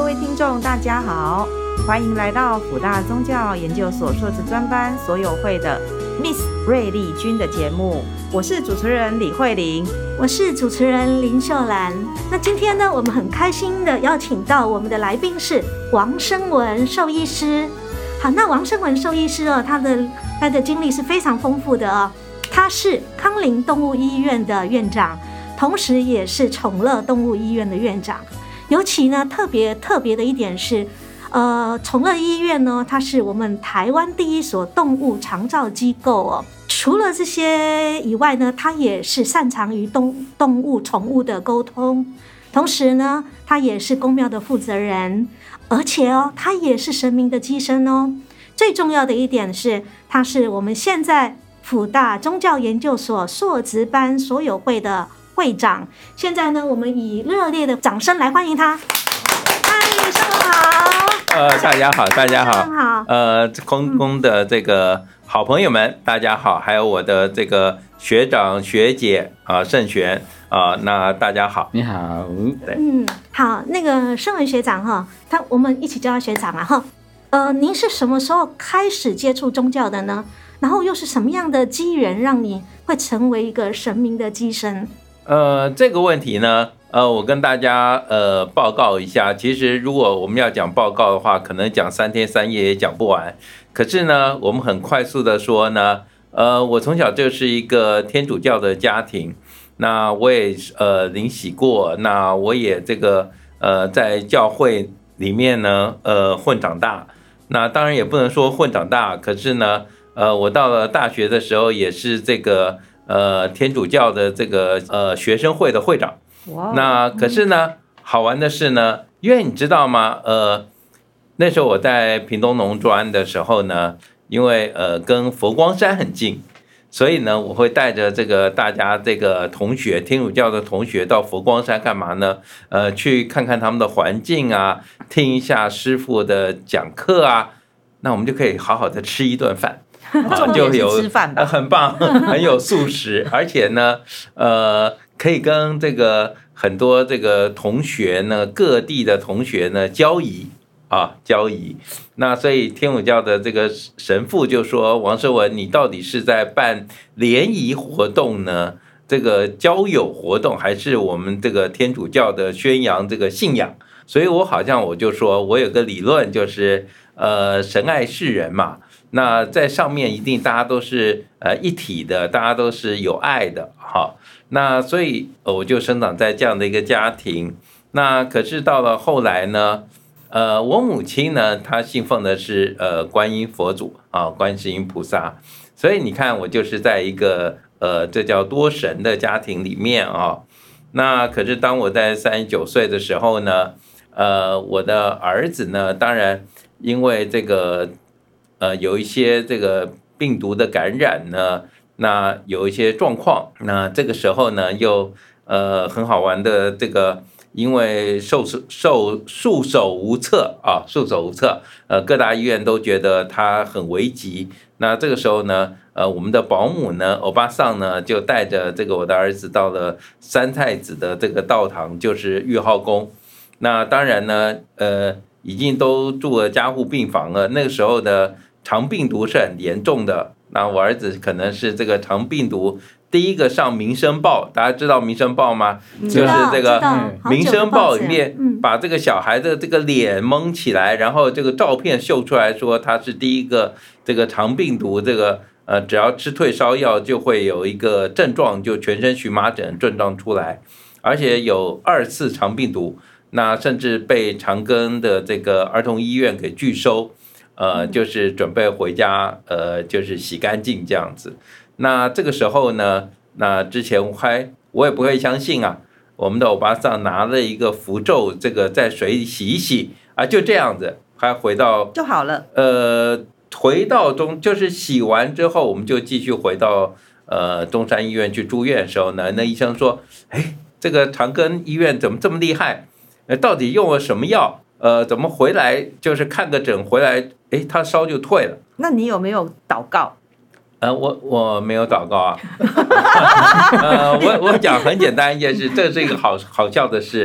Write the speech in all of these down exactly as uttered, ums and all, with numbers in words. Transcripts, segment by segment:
位听众大家好，欢迎来到辅大宗教研究所硕士专班所有会的 Miss 瑞丽君的节目，我是主持人李慧玲， 我是主持人林秀兰。那今天呢，我们很开心的邀请到我们的来宾是王声文兽医师。好，那王声文兽医师哦，他的他的经历是非常丰富的哦。他是康林动物医院的院长，同时也是宠乐动物医院的院长。尤其呢，特别特别的一点是，呃，宠乐医院呢，它是我们台湾第一所动物长照机构哦。除了这些以外呢，它也是擅长于动动物宠物的沟通，同时呢，它也是公庙的负责人，而且哦，它也是神明的机身哦。最重要的一点是，它是我们现在辅大宗教研究所硕职班所有会的会长。现在呢，我们以热烈的掌声来欢迎他。嗨，上午好。 呃，大家好，大家好。 好。 呃，空空的这个好朋友们，大家好，还有我的这个学长学姐啊，盛璇啊，那大家好， 你好。 嗯，好，那个盛文学长哈，他我们一起叫他学长啊哈。呃，您是什么时候开始接触宗教的呢？然后又是什么样的机缘让你会成为一个神明的机身？ 呃，这个问题呢，呃，我跟大家呃报告一下。其实如果我们要讲报告的话，可能讲三天三夜也讲不完。可是呢，我们很快速的说呢，呃，我从小就是一个天主教的家庭，那我也呃领洗过，那我也这个呃在教会里面呢呃混长大。那当然也不能说混长大，可是呢，呃，我到了大学的时候也是这个。呃，天主教的这个呃学生会的会长，那可是呢，好玩的是呢，因为你知道吗？呃，那时候我在屏东农专的时候呢，因为呃跟佛光山很近，所以呢，我会带着这个大家这个同学，天主教的同学到佛光山干嘛呢？呃，去看看他们的环境啊，听一下师父的讲课啊，那我们就可以好好的吃一顿饭。 重点是吃饭吧， 呃、很棒，很有素食，而且呢，呃，可以跟这个很多这个同学呢，各地的同学呢交谊啊，交谊。那所以天主教的这个神父就说：“王声文，你到底是在办联谊活动呢？这个交友活动，还是我们这个天主教的宣扬这个信仰？”所以我好像我就说我有个理论，就是呃，神爱世人嘛。那在上面一定大家都是呃一体的，大家都是有爱的，好，那所以我就生长在这样的一个家庭。那可是到了后来呢，呃，我母亲呢，她信奉的是呃观音佛祖啊，观世音菩萨，所以你看我就是在一个呃这叫多神的家庭里面啊。那可是当我在三十九岁的时候呢，呃，我的儿子呢，当然因为这个。呃，有一些这个病毒的感染呢，那有一些状况，那这个时候呢，又呃很好玩的这个，因为受受束手无策啊，束手无策，呃，各大医院都觉得他很危急。那这个时候呢，呃，我们的保姆呢，欧巴桑呢，就带着这个我的儿子到了三太子的这个道堂，就是玉浩宫。那当然呢，呃，已经都住了加护病房了。那个时候的肠病毒是很严重的，那我儿子可能是这个肠病毒第一个上《民生报》，大家知道《民生报》吗？就是这个《民生报》里面把这个小孩的这个脸蒙起来，然后这个照片秀出来说他是第一个这个肠病毒，这个呃只要吃退烧药就会有一个症状，就全身荨麻疹症状出来，而且有二次肠病毒，那甚至被长庚的这个儿童医院给拒收。呃，就是准备回家，呃，就是洗干净这样子。那这个时候呢，那之前我还我也不会相信啊，我们的欧巴桑拿了一个符咒，这个在水里洗一洗啊，就这样子，还回到就好了。 呃，回到中就是洗完之后，我们就继续回到呃中山医院去住院的时候呢，那医生说，哎，这个长庚医院怎么这么厉害？呃，到底用了什么药？呃，怎么回来就是看个诊回来，哎，他烧就退了。 那你有没有祷告？ 呃，我我没有祷告啊。呃，我我讲很简单一件事，这是一个好好笑的事。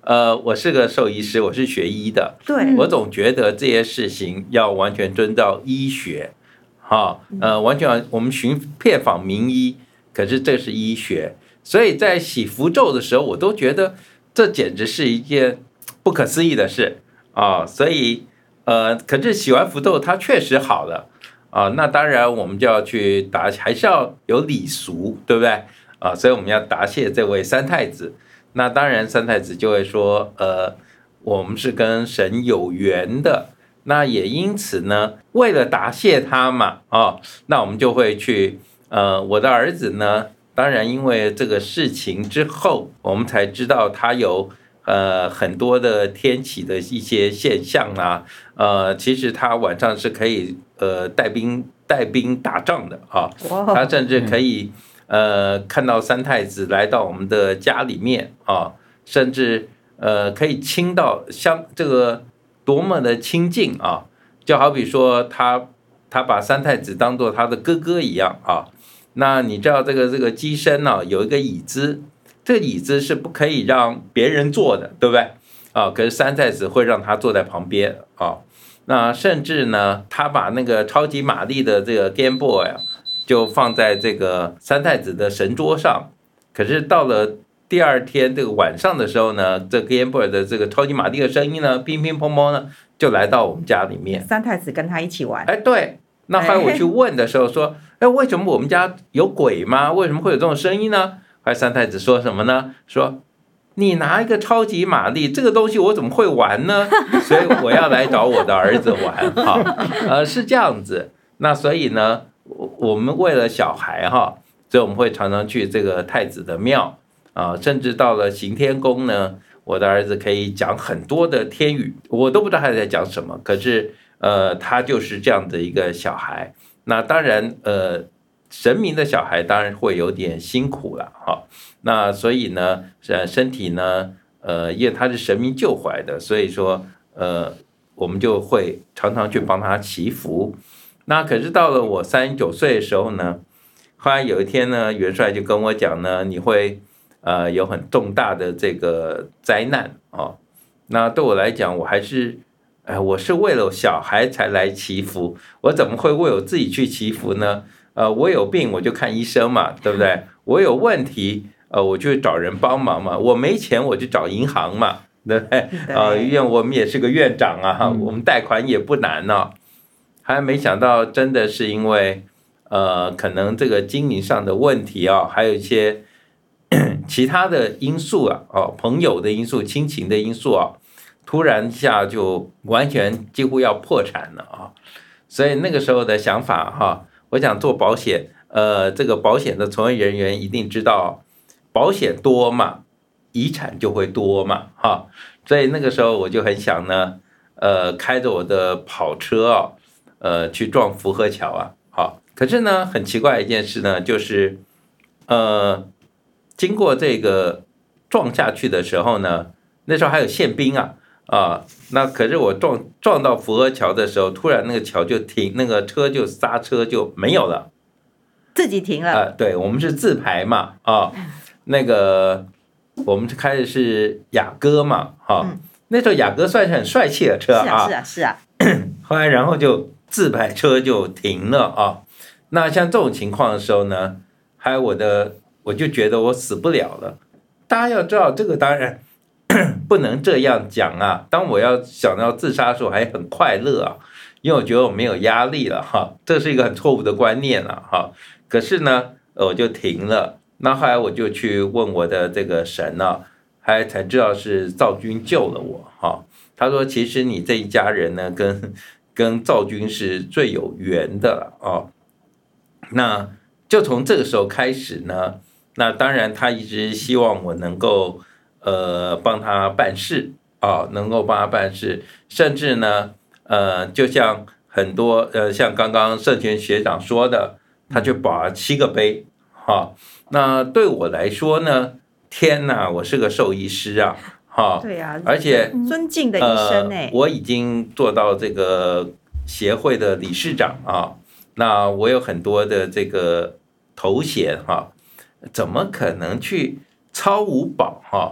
呃，我是个兽医师，我是学医的， 对， 我总觉得这些事情要完全遵照医学，哈，呃，完全我们寻遍访名医，可是这是医学，所以在洗符咒的时候，我都觉得这简直是一件不可思议的事啊，所以呃，可是洗完符咒它确实好了啊，那当然我们就要去答，还是要有礼俗，对不对啊？所以我们要答谢这位三太子。那当然，三太子就会说，呃，我们是跟神有缘的，那也因此呢，为了答谢他嘛，哦，那我们就会去，呃，我的儿子呢，当然因为这个事情之后，我们才知道他有呃很多的天启的一些现象啊，呃，其实他晚上是可以呃带兵带兵打仗的啊，他甚至可以。呃，看到三太子来到我们的家里面啊，甚至呃可以亲到相这个多么的亲近啊，就好比说他他把三太子当做他的哥哥一样啊。那你知道这个这个机身呢、啊、有一个椅子，这个椅子是不可以让别人坐的，对不对啊？可是三太子会让他坐在旁边啊。那甚至呢，他把那个超级玛丽的这个 Game Boy 啊。就放在这个三太子的神桌上，可是到了第二天这个晚上的时候呢，这 Game Boy 的这个超级玛丽的声音呢，乒乒乓乓呢，就来到我们家里面。 三太子跟他一起玩。 哎，对。那后来我去问的时候说，哎，为什么我们家有鬼吗？为什么会有这种声音呢？后来三太子说什么呢？说你拿一个超级玛丽这个东西，我怎么会玩呢？所以我要来找我的儿子玩哈，呃，是这样子。那所以呢？我们为了小孩哈，所以我们会常常去这个太子的庙啊，甚至到了行天宫呢，我的儿子可以讲很多的天语，我都不知道他在讲什么，可是呃，他就是这样的一个小孩。那当然呃，神明的小孩当然会有点辛苦了哈。那所以呢，身体呢，呃，因为他是神明救回来的，所以说呃，我们就会常常去帮他祈福。那可是到了我三十九岁的时候呢，后来有一天呢，元帅就跟我讲呢，你会呃有很重大的这个灾难哦。那对我来讲，我还是，呃，我是为了小孩才来祈福，我怎么会为我自己去祈福呢？呃，我有病我就看医生嘛，对不对？我有问题，呃，我就找人帮忙嘛。我没钱我就找银行嘛，对不对？呃，因为我们也是个院长啊，我们贷款也不难哦。还没想到，真的是因为，呃，可能这个经营上的问题啊，还有一些其他的因素啊，哦，朋友的因素、亲情的因素啊，突然一下就完全几乎要破产了啊！所以那个时候的想法哈，我想做保险，呃，这个保险的从业人员一定知道，保险多嘛，遗产就会多嘛，哈！所以那个时候我就很想呢，呃，开着我的跑车啊。呃，去撞福和桥啊，好，可是呢，很奇怪一件事呢，就是，呃，经过这个撞下去的时候呢，那时候还有宪兵啊，啊，那可是我撞撞到福和桥的时候，突然那个桥就停，那个车就刹车就没有了， 自己停了。 啊、呃，对，我们是自排嘛，啊，那个我们开的是雅阁嘛，哈、嗯，那时候雅阁算是很帅气的车啊， 是啊，是啊， 是啊，后来然后就。自排车就停了啊，那像这种情况的时候呢，还有我的，我就觉得我死不了了。大家要知道，这个当然不能这样讲啊。当我要想要自杀的时候，还很快乐啊，因为我觉得我没有压力了哈，这是一个很错误的观念了哈。可是呢，我就停了。那后来我就去问我的这个神啊，还才知道是赵军救了我哈。他说，其实你这一家人呢，跟跟赵军是最有缘的了哦，那就从这个时候开始呢，那当然他一直希望我能够呃帮他办事啊、哦，能够帮他办事，甚至呢呃就像很多呃像刚刚盛权学长说的，他就保了七个杯哈、哦。那对我来说呢，天哪，我是个兽医师啊。哈， 对啊， 而且尊敬的医生哎、 呃，我已经做到这个协会的理事长啊，那我有很多的这个头衔哈，怎么可能去超五保哈？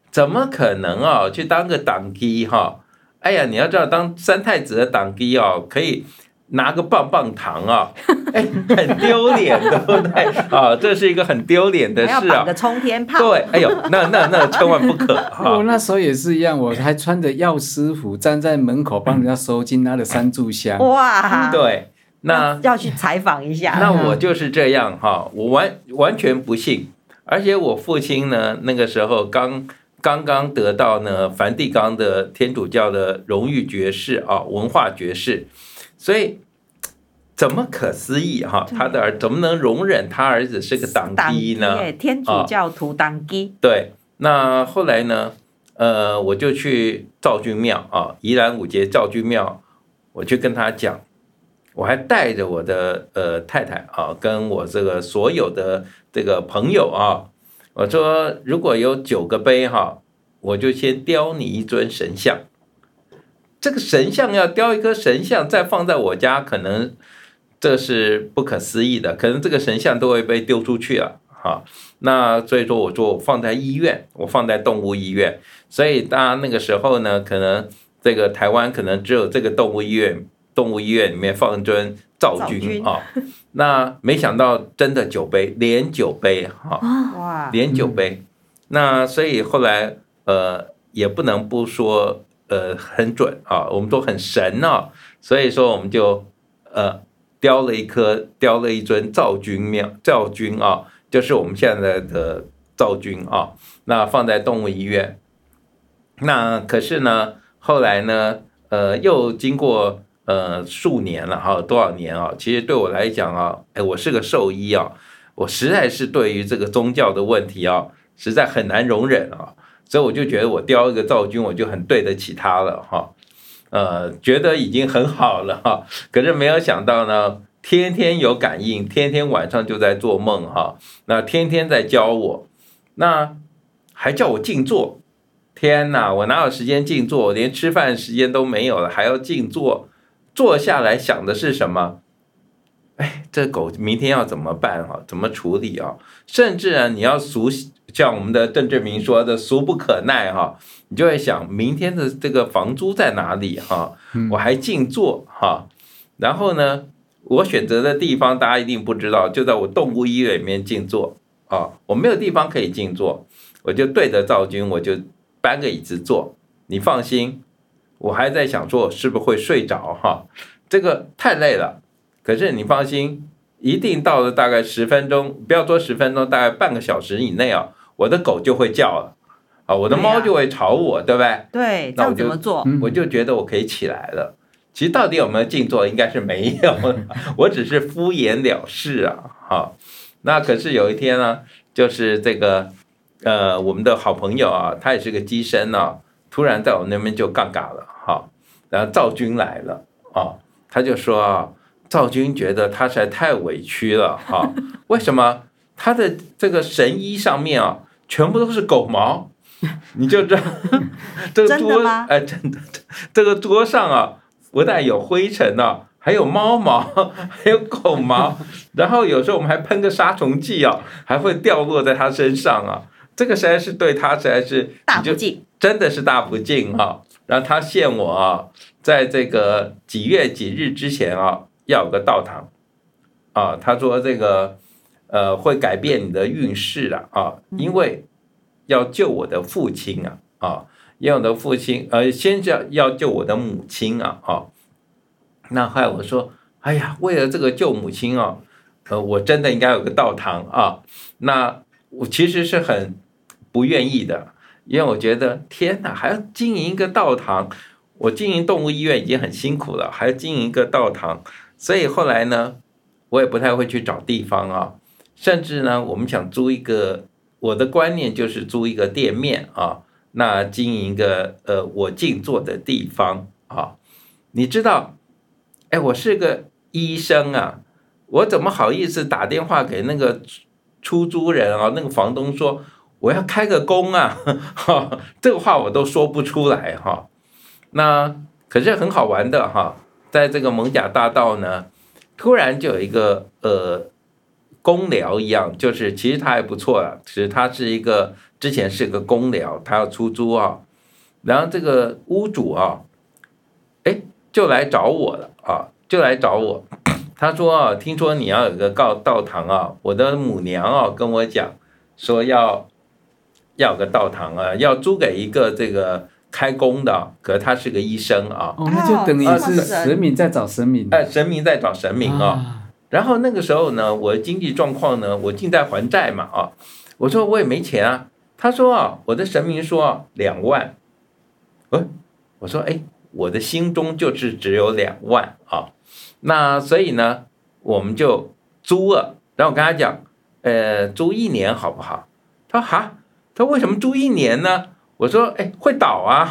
怎么可能啊？去当个党基哈？哎呀，你要知道，当三太子的党基哦，可以拿个棒棒糖啊，哎，很丢脸，对不对啊？这是一个很丢脸的事啊。 还要绑个冲天炮。 对，哎呦，那那那千万不可哈。 我那时候也是一样，我还穿着药师服站在门口帮人家收金，拿着三炷香。 哇， 对，那要去采访一下。 那我就是这样哈，我完完全不信，而且我父亲呢，那个时候刚。刚刚得到呢梵蒂冈的天主教的荣誉爵士啊，文化爵士，所以怎么可思议哈？他的儿怎么能容忍他儿子是个党基呢？ 天主教徒党基、 啊。对，那后来呢？呃，我就去赵君庙啊，宜兰五节赵君庙，我去跟他讲，我还带着我的呃太太啊，跟我这个所有的这个朋友啊。我说，如果有九个杯哈，我就先雕你一尊神像。这个神像要雕一颗神像，再放在我家，可能这是不可思议的，可能这个神像都会被丢出去了哈。那所以说，我说我放在医院，我放在动物医院，所以当然那个时候呢，可能这个台湾可能只有这个动物医院，动物医院里面放一尊赵君啊。那没想到真的酒杯，连酒杯哈，哇，连酒杯。那所以后来呃也不能不说呃很准啊，我们都很神啊，所以说我们就呃雕了一颗，雕了一尊赵君庙，赵君啊，就是我们现在的赵君啊，那放在动物医院。那可是呢，后来呢，呃又经过。呃，数年了哈，多少年啊？其实对我来讲啊，哎，我是个兽医啊，我实在是对于这个宗教的问题啊，实在很难容忍啊，所以我就觉得我雕一个赵君，我就很对得起他了哈，呃，觉得已经很好了哈。可是没有想到呢，天天有感应，天天晚上就在做梦哈，那天天在教我，那还叫我静坐，天哪，我哪有时间静坐？连吃饭时间都没有了，还要静坐。坐下来想的是什么？哎，这狗明天要怎么办啊？怎么处理啊？甚至啊，你要俗，像我们的邓志明说的“俗不可耐”哈，你就会想明天的这个房租在哪里哈？我还静坐哈。然后呢，我选择的地方大家一定不知道，就在我动物医院里面静坐啊。我没有地方可以静坐，我就对着赵君，我就搬个椅子坐。你放心。我还在想说，我是不是会睡着哈？这个太累了。可是你放心，一定到了大概十分钟，不要说十分钟，大概半个小时以内啊，我的狗就会叫了啊，我的猫就会吵我，对不对？ 对，这样怎么做？ 我就觉得我可以起来了。其实到底有没有静坐，应该是没有，我只是敷衍了事啊。哈，那可是有一天呢，就是这个呃，我们的好朋友啊，他也是个机身啊。突然在我那边就杠尬了哈，然后赵君来了啊，他就说啊，赵君觉得他实在太委屈了哈，为什么他的这个神衣上面啊，全部都是狗毛，你就知道这个桌哎真的这个桌上啊，不但有灰尘啊，还有猫毛，还有狗毛，然后有时候我们还喷个杀虫剂啊，还会掉落在他身上啊。这个实在是对他实在是大不敬， 真的是大不敬哈。然后他限我啊，在这个几月几日之前啊，要有个道堂啊。他说这个呃会改变你的运势了啊，因为要救我的父亲啊啊，要我的父亲呃先要要救我的母亲啊啊。那后来我说，哎呀，为了这个救母亲啊，呃，我真的应该有个道堂啊。那我其实是很不愿意的，因为我觉得天哪，还要经营一个道堂，我经营动物医院已经很辛苦了，还要经营一个道堂，所以后来呢，我也不太会去找地方啊，甚至呢，我们想租一个，我的观念就是租一个店面啊，那经营一个呃我静坐的地方啊，你知道，哎，我是个医生啊，我怎么好意思打电话给那个出租人啊，那个房东说我要开个工啊，哈，这个话我都说不出来哈。那可是很好玩的哈，在这个艋舺大道呢，突然就有一个呃公寮一样，就是其实他还不错啦，其实他是一个之前是个公寮，他要出租啊，然后这个屋主啊，哎，就来找我了啊，就来找我，他说啊，听说你要有个道道堂啊，我的母娘啊跟我讲说要要有个道堂啊，要租给一个这个开工的，可是他是个医生啊， 哦，那就等于是神明在找神明， 哎，神明在找神明啊。啊然后那个时候呢，我的经济状况呢，我近在还债嘛啊，我说我也没钱啊。他说啊，我的神明说啊，两万。呃，我说哎，我的心中就是只有两万啊。那所以呢，我们就租了。然后我跟他讲，呃，租一年好不好？他说哈，他说为什么租一年呢？我说哎，会倒啊！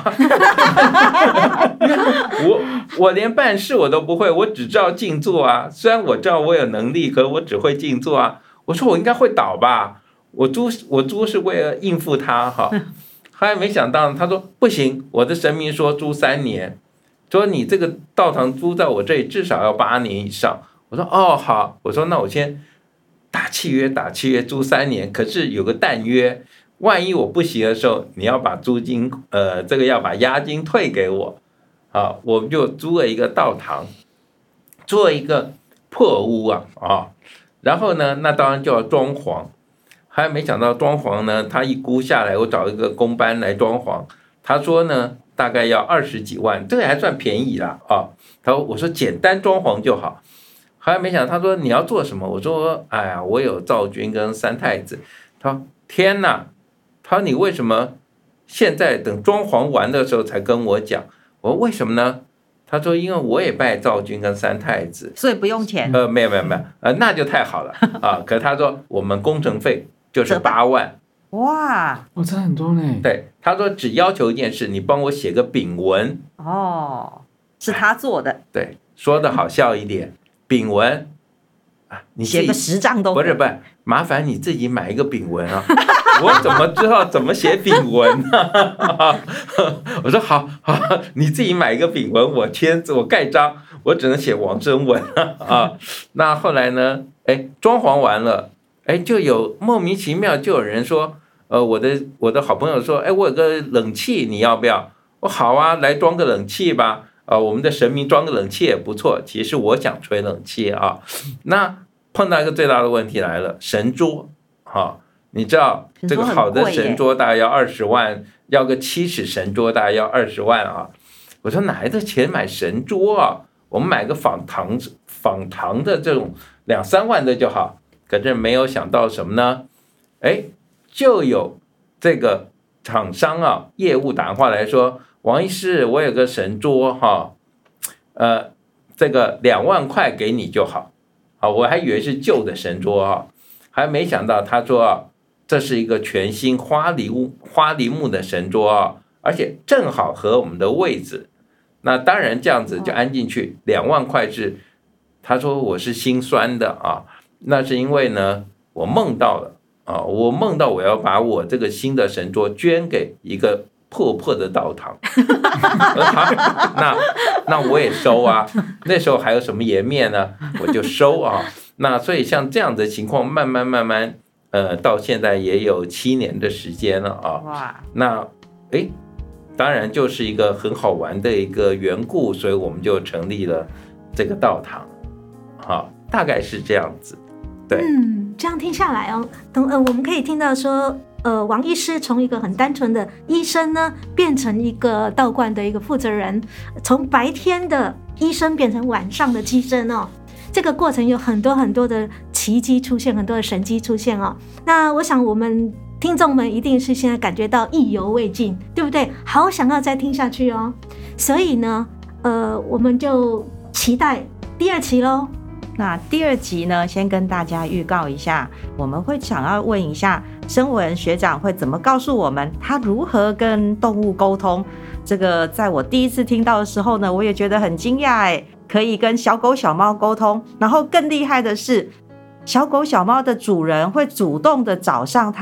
我我连办事我都不会，我只知道静坐啊。虽然我知道我有能力，可是我只会静坐啊。我说我应该会倒吧？我租我租是为了应付他哈。后来没想到他说不行，我的神明说租三年，说你这个道堂租在我这里至少要八年以上。我说哦好，我说那我先打契约打契约租三年，可是有个但约。万一我不行的时候，你要把租金，呃，这个要把押金退给我，啊，我们就租了一个道堂，租了一个破屋啊，啊，然后呢，那当然就要装潢，还没想到装潢呢，他一估下来，我找一个工班来装潢，他说呢，大概要二十几万，这个还算便宜啦，啊，他说我说简单装潢就好，还没想到他说你要做什么，我说哎呀，我有赵军跟三太子，他说天哪！他说你为什么现在等装潢完的时候才跟我讲？我说为什么呢？他说因为我也拜赵军跟三太子， 所以不用钱。 呃，没有没有没有，呃，那就太好了啊！可是他说我们工程费就是八万， 哇， 哦，差很多呢。 对，他说只要求一件事，你帮我写个丙文。 哦，是他做的。 对，说的好笑一点，丙文啊，你写个十张都不是不是，麻烦你自己买一个丙文啊。我怎么知道怎么写丙文呢、啊？我说好好，你自己买一个丙文，我签字，我盖章，我只能写王生文啊。那后来呢？哎，装潢完了，哎，就有莫名其妙就有人说，呃，我的我的好朋友说，哎，我有个冷气，你要不要？我好啊，来装个冷气吧。啊、呃，我们的神明装个冷气也不错。其实我想吹冷气啊。那碰到一个最大的问题来了，神桌哈。啊你知道这个好的神桌大概要二十万，要个七尺神桌大概要二十万啊！我说哪来的钱买神桌啊？我们买个仿唐仿唐的这种两三万的就好。可是没有想到什么呢？哎，就有这个厂商啊，业务打电话来说，王医师，我有个神桌哈，呃，这个两万块给你就好。啊，我还以为是旧的神桌啊，还没想到他说啊。这是一个全新花梨木花梨木的神桌啊，而且正好合我们的位置。那当然这样子就安进去，两万块是，他说我是心酸的啊，那是因为呢，我梦到了啊，我梦到我要把我这个新的神桌捐给一个破破的道堂，那那我也收啊，那时候还有什么颜面呢？我就收啊。那所以像这样的情况，慢慢慢慢。呃，到现在也有七年的时间了啊。哇，那哎，当然就是一个很好玩的一个缘故，所以我们就成立了这个道堂，好，大概是这样子。对， 嗯，这样听下来哦，等呃，我们可以听到说，呃，王医师从一个很单纯的医生呢，变成一个道观的一个负责人，从白天的医生变成晚上的机身哦。这个过程有很多很多的奇迹出现，很多的神迹出现哦。那我想我们听众们一定是现在感觉到意犹未尽，对不对？好想要再听下去哦。所以呢，呃，我们就期待第二期咯。 那第二集呢，先跟大家预告一下，我们会想要问一下声文学长会怎么告诉我们他如何跟动物沟通。这个在我第一次听到的时候呢，我也觉得很惊讶哎，可以跟小狗小猫沟通，然后更厉害的是小狗小猫的主人会主动的找上他，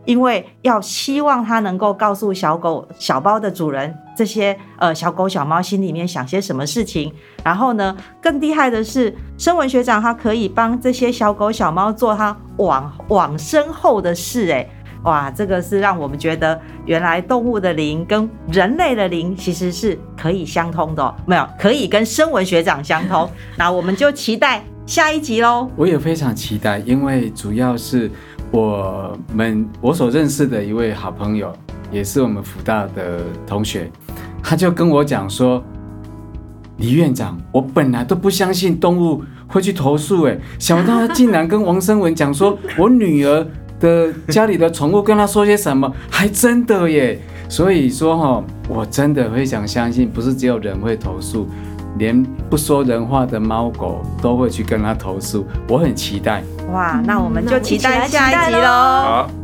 因为要希望他能够告诉小狗小猫的主人这些呃小狗小猫心里面想些什么事情，然后呢更厉害的是声文学长他可以帮这些小狗小猫做他往往生后的事，哎，哇，这个是让我们觉得原来动物的灵跟人类的灵其实是可以相通的，哦，没有可以跟声文学长相通。那我们就期待下一集咯。 我也非常期待，因为主要是我们我所认识的一位好朋友，也是我们福大的同学，他就跟我讲说，李院长，我本来都不相信动物会去投诉，哎，想不到他竟然跟王声文讲说，我女儿的家里的宠物跟他说些什么，还真的耶。所以说哈，我真的非常相信，不是只有人会投诉，连不说人话的猫狗都会去跟他投诉。我很期待。 哇，那我们就期待嗯、 下一集喽。 好。